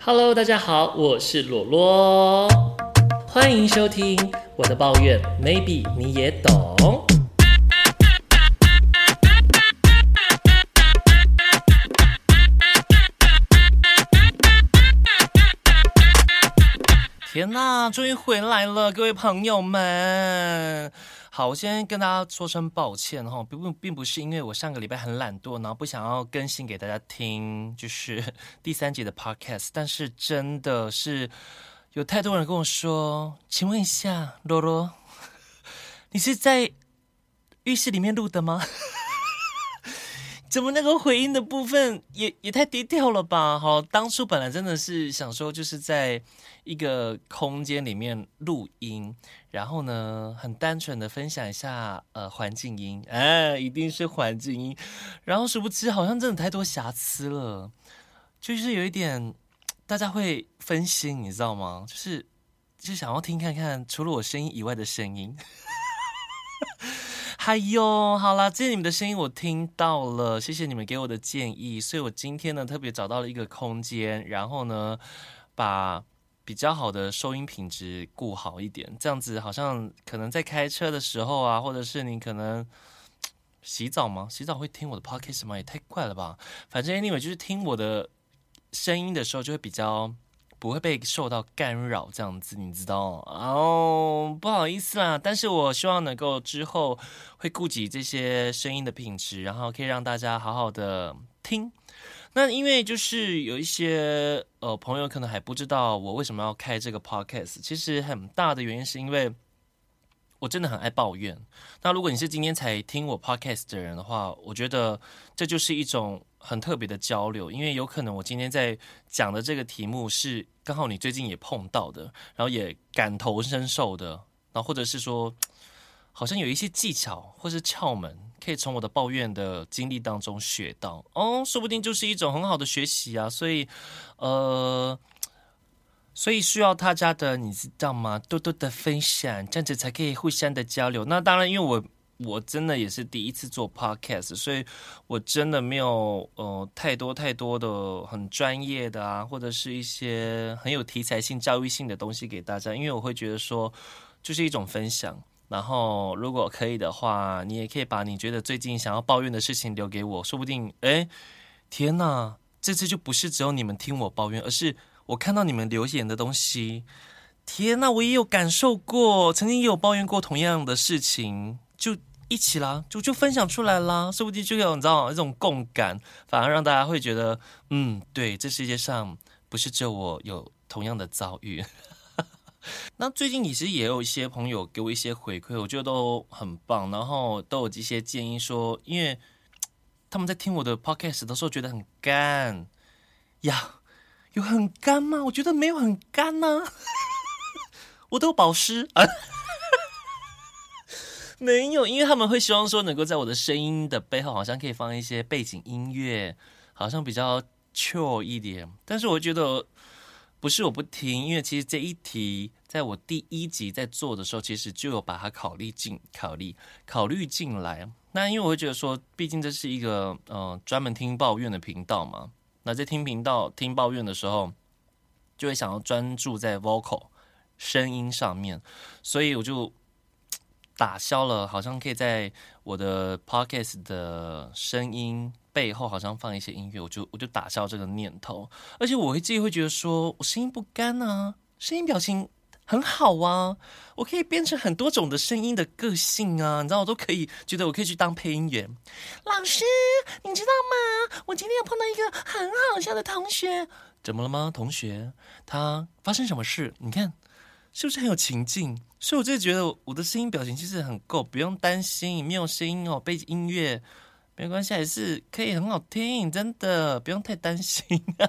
Hello， 大家好，我是罗罗，欢迎收听我的抱怨 ，Maybe 你也懂。天哪，终于回来了，各位朋友们。好，我先跟大家说声抱歉哈，并不是因为我上个礼拜很懒惰，然后不想要更新给大家听，就是第3集的 podcast， 但是真的是有太多人跟我说，请问一下，罗罗，你是在浴室里面录的吗？怎么那个回音的部分也太低调了吧？好，当初本来真的是想说，就是在一个空间里面录音，然后呢，很单纯的分享一下环境音，一定是环境音。然后殊不知，好像真的太多瑕疵了，就是有一点大家会分心，你知道吗？就想要听看看除了我声音以外的声音。嗨哟，好啦，这你们的声音我听到了，谢谢你们给我的建议，所以我今天呢特别找到了一个空间，然后呢把比较好的收音品质顾好一点，这样子好像可能在开车的时候啊，或者是你可能洗澡吗？洗澡会听我的 podcast 吗？也太怪了吧！反正 anyway 就是听我的声音的时候就会比较不会被受到干扰，这样子你知道哦，不好意思啦，但是我希望能够之后会顾及这些声音的品质，然后可以让大家好好的听。那因为就是有一些朋友可能还不知道我为什么要开这个 podcast， 其实很大的原因是因为我真的很爱抱怨。那如果你是今天才听我 podcast 的人的话，我觉得这就是一种很特别的交流，因为有可能我今天在讲的这个题目是刚好你最近也碰到的，然后也感同身受的，然后或者是说好像有一些技巧或是窍门可以从我的抱怨的经历当中学到哦，说不定就是一种很好的学习啊。所以需要大家的，你知道吗？多多的分享，这样子才可以互相的交流。那当然，因为我真的也是第一次做 podcast， 所以我真的没有太多的很专业的啊，或者是一些很有题材性、教育性的东西给大家。因为我会觉得说，就是一种分享。然后如果可以的话，你也可以把你觉得最近想要抱怨的事情留给我，说不定天哪，这次就不是只有你们听我抱怨，而是我看到你们留言的东西，天哪，我也有感受过，曾经也有抱怨过同样的事情，就一起啦，就分享出来啦，说不定就有你知道一种共感，反而让大家会觉得，对，这世界上不是只有我有同样的遭遇。那最近其实也有一些朋友给我一些回馈，我觉得都很棒，然后都有一些建议说，因为他们在听我的 podcast 的时候觉得很干呀。有很干吗？我觉得没有很干啊，我都有保湿啊，没有，因为他们会希望说能够在我的声音的背后好像可以放一些背景音乐，好像比较 chill 一点。但是我觉得不是我不听，因为其实这一题在我第1集在做的时候，其实就有把它考虑进来。那因为我会觉得说，毕竟这是一个专门听抱怨的频道嘛。那在听抱怨的时候，就会想要专注在 vocal 声音上面，所以我就打消了，好像可以在我的 podcast 的声音背后好像放一些音乐，我就打消这个念头。而且我自己会觉得说，我声音不干啊，声音表情很好啊，我可以变成很多种的声音的个性啊，你知道，我都可以觉得我可以去当配音员。老师，你知道吗？我今天又碰到一个很好笑的同学。怎么了吗，同学？他发生什么事？你看，是不是很有情境？所以我就觉得我的声音表情其实很够，不用担心没有声音哦，背景音乐没关系，还是可以很好听，真的不用太担心。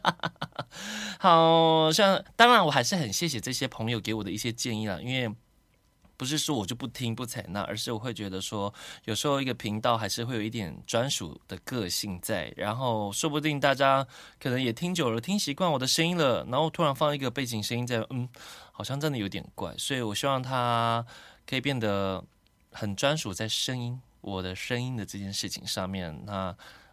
好像当然我还是很谢谢这些朋友给我的一些建议啦，因为不是说我就不听不采纳，而是我会觉得说有时候一个频道还是会有一点专属的个性在，然后说不定大家可能也听久了听习惯我的声音了，然后突然放一个背景声音在，好像真的有点怪，所以我希望它可以变得很专属在我的声音的这件事情上面。那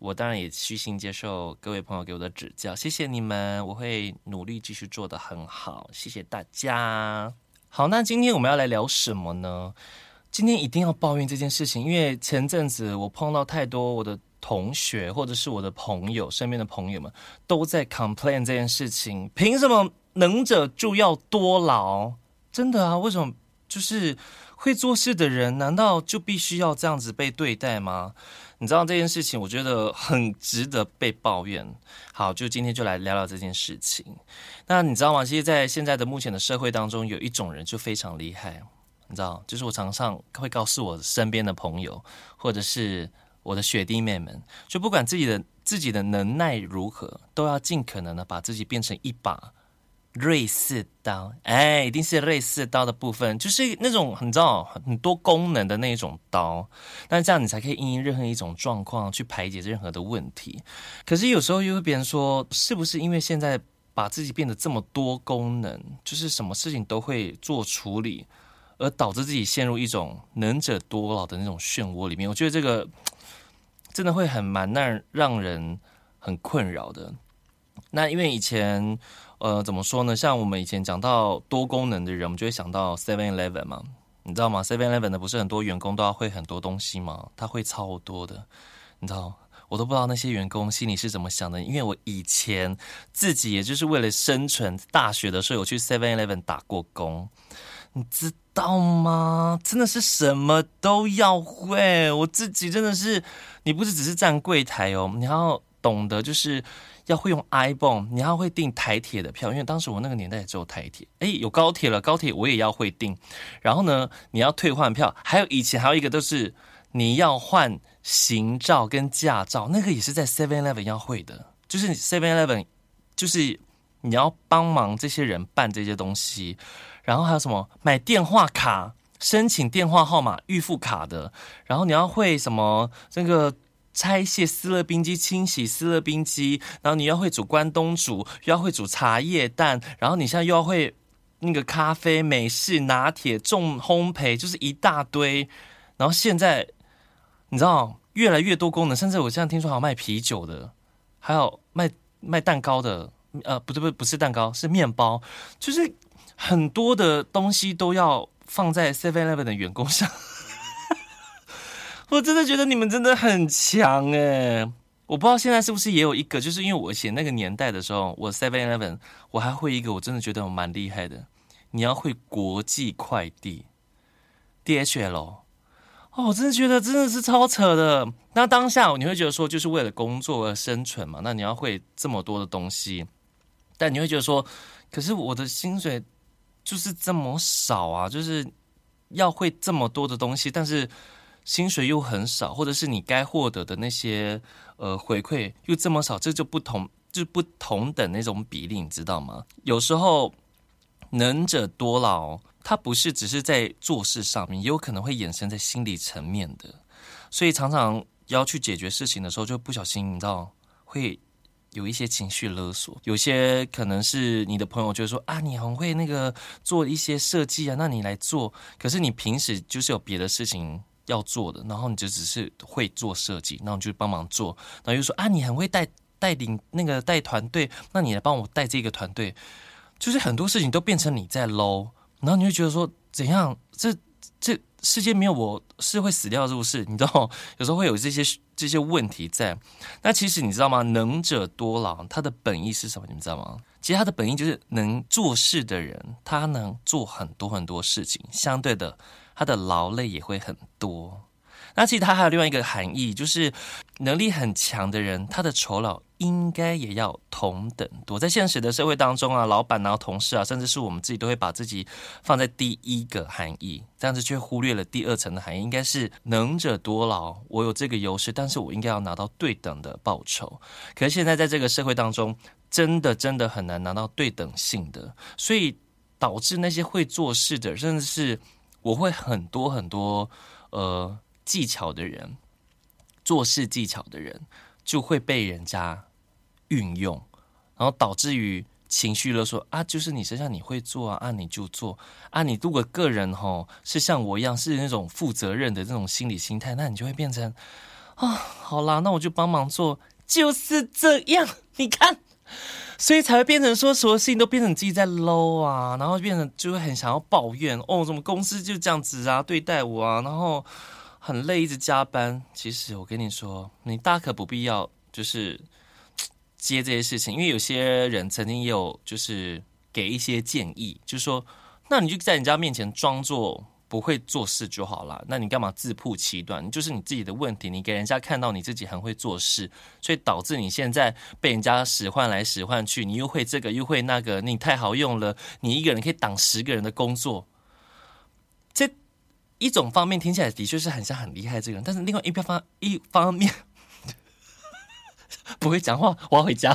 我当然也虚心接受各位朋友给我的指教，谢谢你们，我会努力继续做得很好，谢谢大家。好，那今天我们要来聊什么呢？今天一定要抱怨这件事情，因为前阵子我碰到太多我的同学或者是我的朋友，身边的朋友们都在 complain 这件事情，凭什么能者就要多劳？真的啊，为什么就是会做事的人难道就必须要这样子被对待吗？你知道这件事情我觉得很值得被抱怨。好，就今天就来聊聊这件事情。那你知道吗，其实在现在的目前的社会当中，有一种人就非常厉害，你知道，就是我常常会告诉我身边的朋友或者是我的学弟妹们，就不管自己的能耐如何，都要尽可能的把自己变成一把瑞士刀，一定是瑞士刀的部分，就是那种你知道很多功能的那种刀，那这样你才可以因应任何一种状况去排解任何的问题。可是有时候又会别人说，是不是因为现在把自己变得这么多功能，就是什么事情都会做处理，而导致自己陷入一种能者多劳的那种漩涡里面？我觉得这个真的会蛮让人很困扰的。那因为以前怎么说呢？像我们以前讲到多功能的人，我们就会想到 7-Eleven 嘛，你知道吗？ 7-Eleven 的不是很多员工都要会很多东西吗？他会超多的，你知道，我都不知道那些员工心里是怎么想的。因为我以前自己也就是为了生存，大学的时候有去 7-Eleven 打过工，你知道吗？真的是什么都要会。我自己真的是，你不是只是站柜台哦，你要懂得就是要会用 iPhone， 你要会订台铁的票，因为当时我那个年代也只有台铁，有高铁了，高铁我也要会订。然后呢，你要退换票，还有以前还有一个就是你要换行照跟驾照，那个也是在 7-Eleven 要会的，就是 7-Eleven 就是你要帮忙这些人办这些东西。然后还有什么买电话卡、申请电话号码、预付卡的，然后你要会什么这个拆卸斯乐冰机、清洗斯乐冰机，然后你要会煮关东煮，又要会煮茶叶蛋，然后你现在又要会那个咖啡、美式、拿铁、重烘焙，就是一大堆。然后现在你知道越来越多功能，甚至我现在听说还有卖啤酒的，还有卖蛋糕的，不是蛋糕，是面包，就是很多的东西都要放在 7-Eleven 的员工上。我真的觉得你们真的很强我不知道现在是不是也有一个，就是因为我以前那个年代的时候，我 7-Eleven 我还会一个，我真的觉得我蛮厉害的，你要会国际快递 DHL。我真的觉得真的是超扯的。那当下你会觉得说，就是为了工作而生存嘛，那你要会这么多的东西，但你会觉得说，可是我的薪水就是这么少啊，就是要会这么多的东西，但是薪水又很少，或者是你该获得的那些回馈又这么少，这就不同等那种比例，你知道吗？有时候能者多劳，它不是只是在做事上面，也有可能会衍生在心理层面的。所以常常要去解决事情的时候，就不小心你知道会有一些情绪勒索。有些可能是你的朋友就说啊，你很会那个做一些设计啊，那你来做。可是你平时就是有别的事情要做的，然后你就只是会做设计，然后你就帮忙做，然后又说啊，你很会带领那个带团队，那你来帮我带这个团队。就是很多事情都变成你在 low， 然后你会觉得说怎样，这世界没有我是会死掉是不是？你知道有时候会有这些问题在。那其实你知道吗？能者多劳，它的本意是什么？你们知道吗？其实它的本意就是能做事的人，他能做很多很多事情，相对的，他的劳累也会很多。那其实它还有另外一个含义，就是能力很强的人，他的酬劳应该也要同等多。在现实的社会当中啊，老板啊、同事啊，甚至是我们自己，都会把自己放在第一个含义，这样子却忽略了第二层的含义，应该是能者多劳，我有这个优势，但是我应该要拿到对等的报酬。可是现在在这个社会当中，真的很难拿到对等性的，所以导致那些会做事的，甚至是我会很多技巧的人，做事技巧的人，就会被人家运用，然后导致于情绪勒索啊，就是你身上你会做啊，你就做啊。你如果个人是像我一样是那种负责任的这种心理心态，那你就会变成好啦，那我就帮忙做，就是这样，你看。所以才会变成说，所有事情都变成自己在 low 啊，然后变成就会很想要抱怨哦，怎么公司就这样子啊对待我啊，然后很累，一直加班。其实我跟你说，你大可不必要就是接这些事情，因为有些人曾经也有就是给一些建议，就是说，那你就在人家面前装作不会做事就好了，那你干嘛自曝其短？就是你自己的问题，你给人家看到你自己很会做事，所以导致你现在被人家使唤来使唤去，你又会这个又会那个，你太好用了，你一个人可以挡10个人的工作。这一种方面听起来的确是很像很厉害这个人，但是另外一方面不会讲话，我要回家。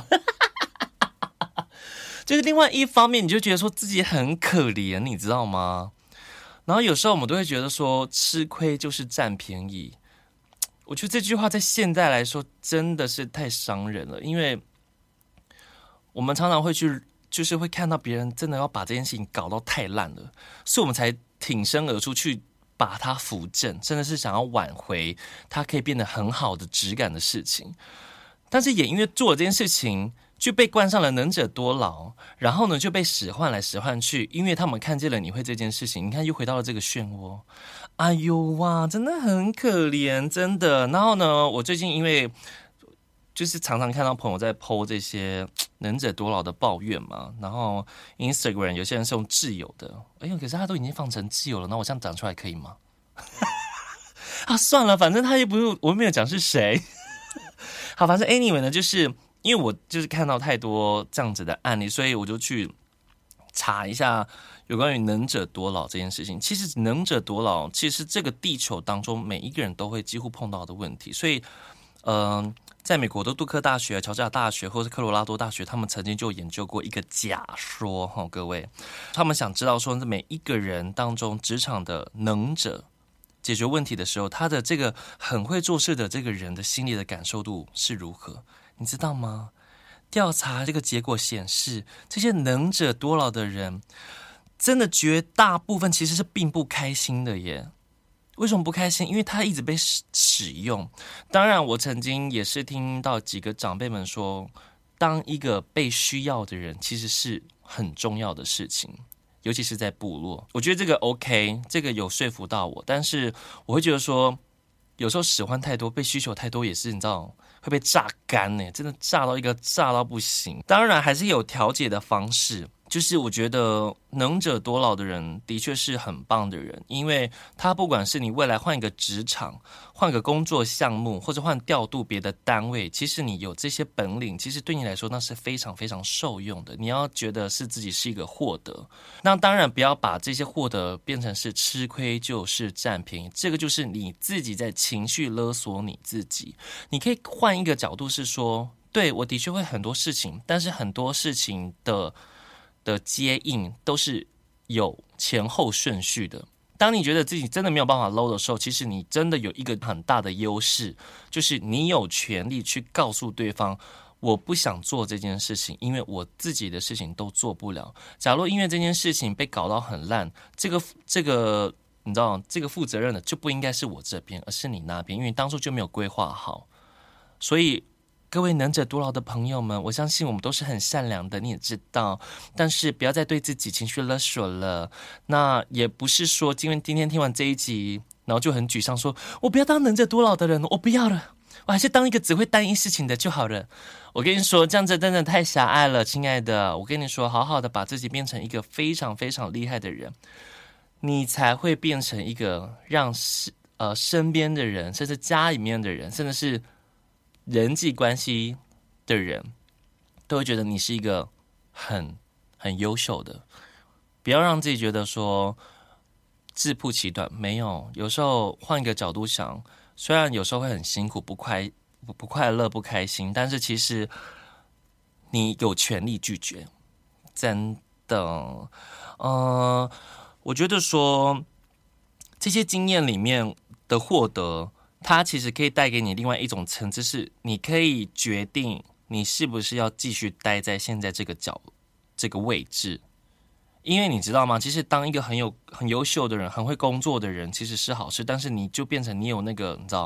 就是另外一方面，你就觉得说自己很可怜，你知道吗？然后有时候我们都会觉得说，吃亏就是占便宜。我觉得这句话在现在来说真的是太伤人了，因为我们常常会就是会看到别人真的要把这件事情搞到太烂了，所以我们才挺身而出去把它扶正，真的是想要挽回它可以变得很好的质感的事情。但是也因为做了这件事情，就被冠上了能者多劳，然后呢就被使唤来使唤去，因为他们看见了你会这件事情，你看又回到了这个漩涡。哎呦哇，真的很可怜，真的。然后呢，我最近因为就是常常看到朋友在 po 这些能者多劳的抱怨嘛，然后 Instagram 有些人是用挚友的，哎呦，可是他都已经放成挚友了，那我这样讲出来可以吗？啊，算了，反正他也不用，我没有讲是谁。好，反正 anyway 呢，就是因为我就是看到太多这样子的案例，所以我就去查一下有关于能者多劳这件事情。其实能者多劳其实是这个地球当中每一个人都会几乎碰到的问题，所以在美国的杜克大学、乔治亚大学或是科罗拉多大学，他们曾经就研究过一个假说各位，他们想知道说每一个人当中职场的能者解决问题的时候，他的这个很会做事的这个人的心里的感受度是如何，你知道吗？调查这个结果显示，这些能者多劳的人，真的绝大部分其实是并不开心的耶。为什么不开心？因为他一直被使用。当然，我曾经也是听到几个长辈们说，当一个被需要的人，其实是很重要的事情。尤其是在部落，我觉得这个 OK， 这个有说服到我，但是我会觉得说，有时候使唤太多，被需求太多，也是你知道会被榨干呢，真的榨到不行。当然还是有调节的方式，就是我觉得能者多劳的人的确是很棒的人，因为他不管是你未来换一个职场、换个工作项目，或者换调度别的单位，其实你有这些本领，其实对你来说那是非常非常受用的。你要觉得是自己是一个获得，那当然不要把这些获得变成是吃亏就是占便宜，这个就是你自己在情绪勒索你自己。你可以换一个角度是说，对，我的确会很多事情，但是很多事情的接应都是有前后顺序的。当你觉得自己真的没有办法 low 的时候，其实你真的有一个很大的优势，就是你有权利去告诉对方，我不想做这件事情，因为我自己的事情都做不了。假如因为这件事情被搞到很烂，这个你知道，这个负责任的就不应该是我这边，而是你那边，因为当初就没有规划好。所以各位能者多劳的朋友们，我相信我们都是很善良的，你也知道，但是不要再对自己情绪勒索了。那也不是说今天听完这一集，然后就很沮丧说，我不要当能者多劳的人，我不要了，我还是当一个只会单一事情的就好了。我跟你说，这样子真的太狭隘了，亲爱的。我跟你说，好好的把自己变成一个非常非常厉害的人，你才会变成一个让身边的人，甚至家里面的人，甚至是人际关系的人都会觉得你是一个很优秀的。不要让自己觉得说自曝其短，没有，有时候换一个角度想，虽然有时候会很辛苦、不快乐、不开心，但是其实你有权利拒绝，真的。我觉得说这些经验里面的获得，它其实可以带给你另外一种层次，是你可以决定你是不是要继续待在现在这个位置。因为你知道吗？其实当一个很优秀的人、很会工作的人，其实是好事，但是你就变成你有那个你知道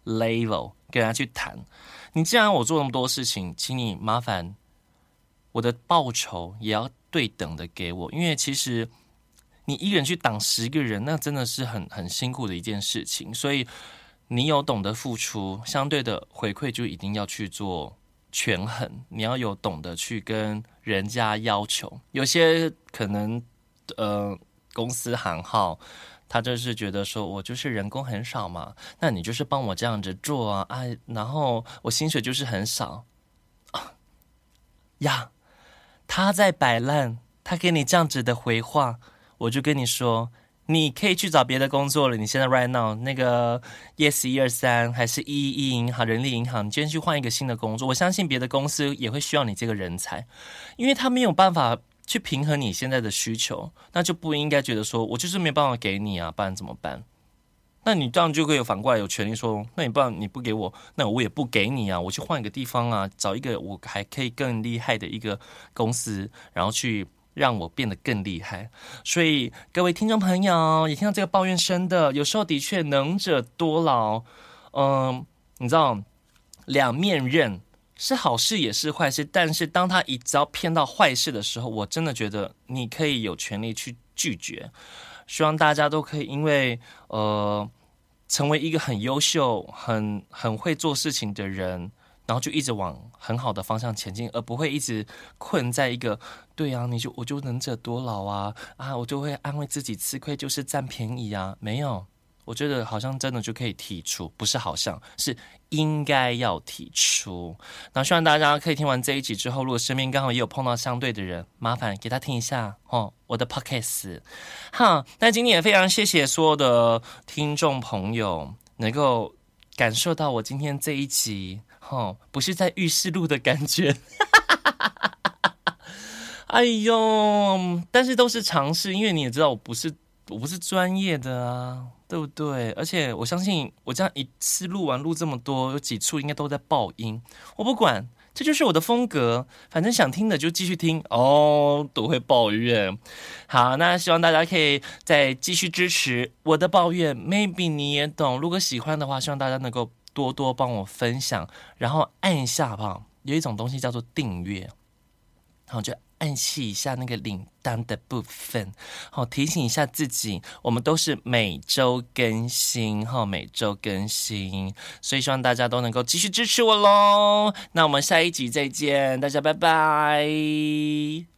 level 跟人家去谈。你既然我做那么多事情，请你麻烦我的报酬也要对等的给我，因为其实你一个人去挡10个人，那真的是很辛苦的一件事情。所以你有懂得付出，相对的回馈就一定要去做权衡。你要有懂得去跟人家要求，有些可能公司行号，他就是觉得说我就是人工很少嘛，那你就是帮我这样子做啊，然后我薪水就是很少呀。他在摆烂，他给你这样子的回话，我就跟你说，你可以去找别的工作了。你现在 right now 那个 Yes123还是111银行、人力银行，你今天去换一个新的工作，我相信别的公司也会需要你这个人才，因为他没有办法去平衡你现在的需求，那就不应该觉得说我就是没办法给你啊，不然怎么办？那你这样就可以反过来有权利说，那你不然你不给我，那我也不给你啊，我去换一个地方啊，找一个我还可以更厉害的一个公司，然后去让我变得更厉害。所以各位听众朋友也听到这个抱怨声的，有时候的确能者多劳，你知道两面刃是好事也是坏事，但是当他只要骗到坏事的时候，我真的觉得你可以有权利去拒绝。希望大家都可以因为成为一个很优秀、很会做事情的人，然后就一直往很好的方向前进，而不会一直困在一个对啊，我就能者多劳啊，我就会安慰自己吃亏就是占便宜啊，没有。我觉得好像真的就可以提出，不是好像是应该要提出。那希望大家可以听完这一集之后，如果身边刚好也有碰到相对的人，麻烦给他听一下我的 podcast。那今天也非常谢谢所有的听众朋友能够感受到我今天这一集不是在浴室录的感觉。哎呦，但是都是尝试，因为你也知道我不是专业的啊，对不对？而且我相信我这样一次录这么多，有几处应该都在爆音，我不管，这就是我的风格，反正想听的就继续听都会抱怨。好，那希望大家可以再继续支持我的抱怨 ，maybe 你也懂。如果喜欢的话，希望大家能够多多帮我分享，然后按一下好不好？有一种东西叫做订阅，然后就按起一下那个铃铛的部分，提醒一下自己，我们都是每周更新，每周更新，所以希望大家都能够继续支持我咯。那我们下一集再见，大家拜拜。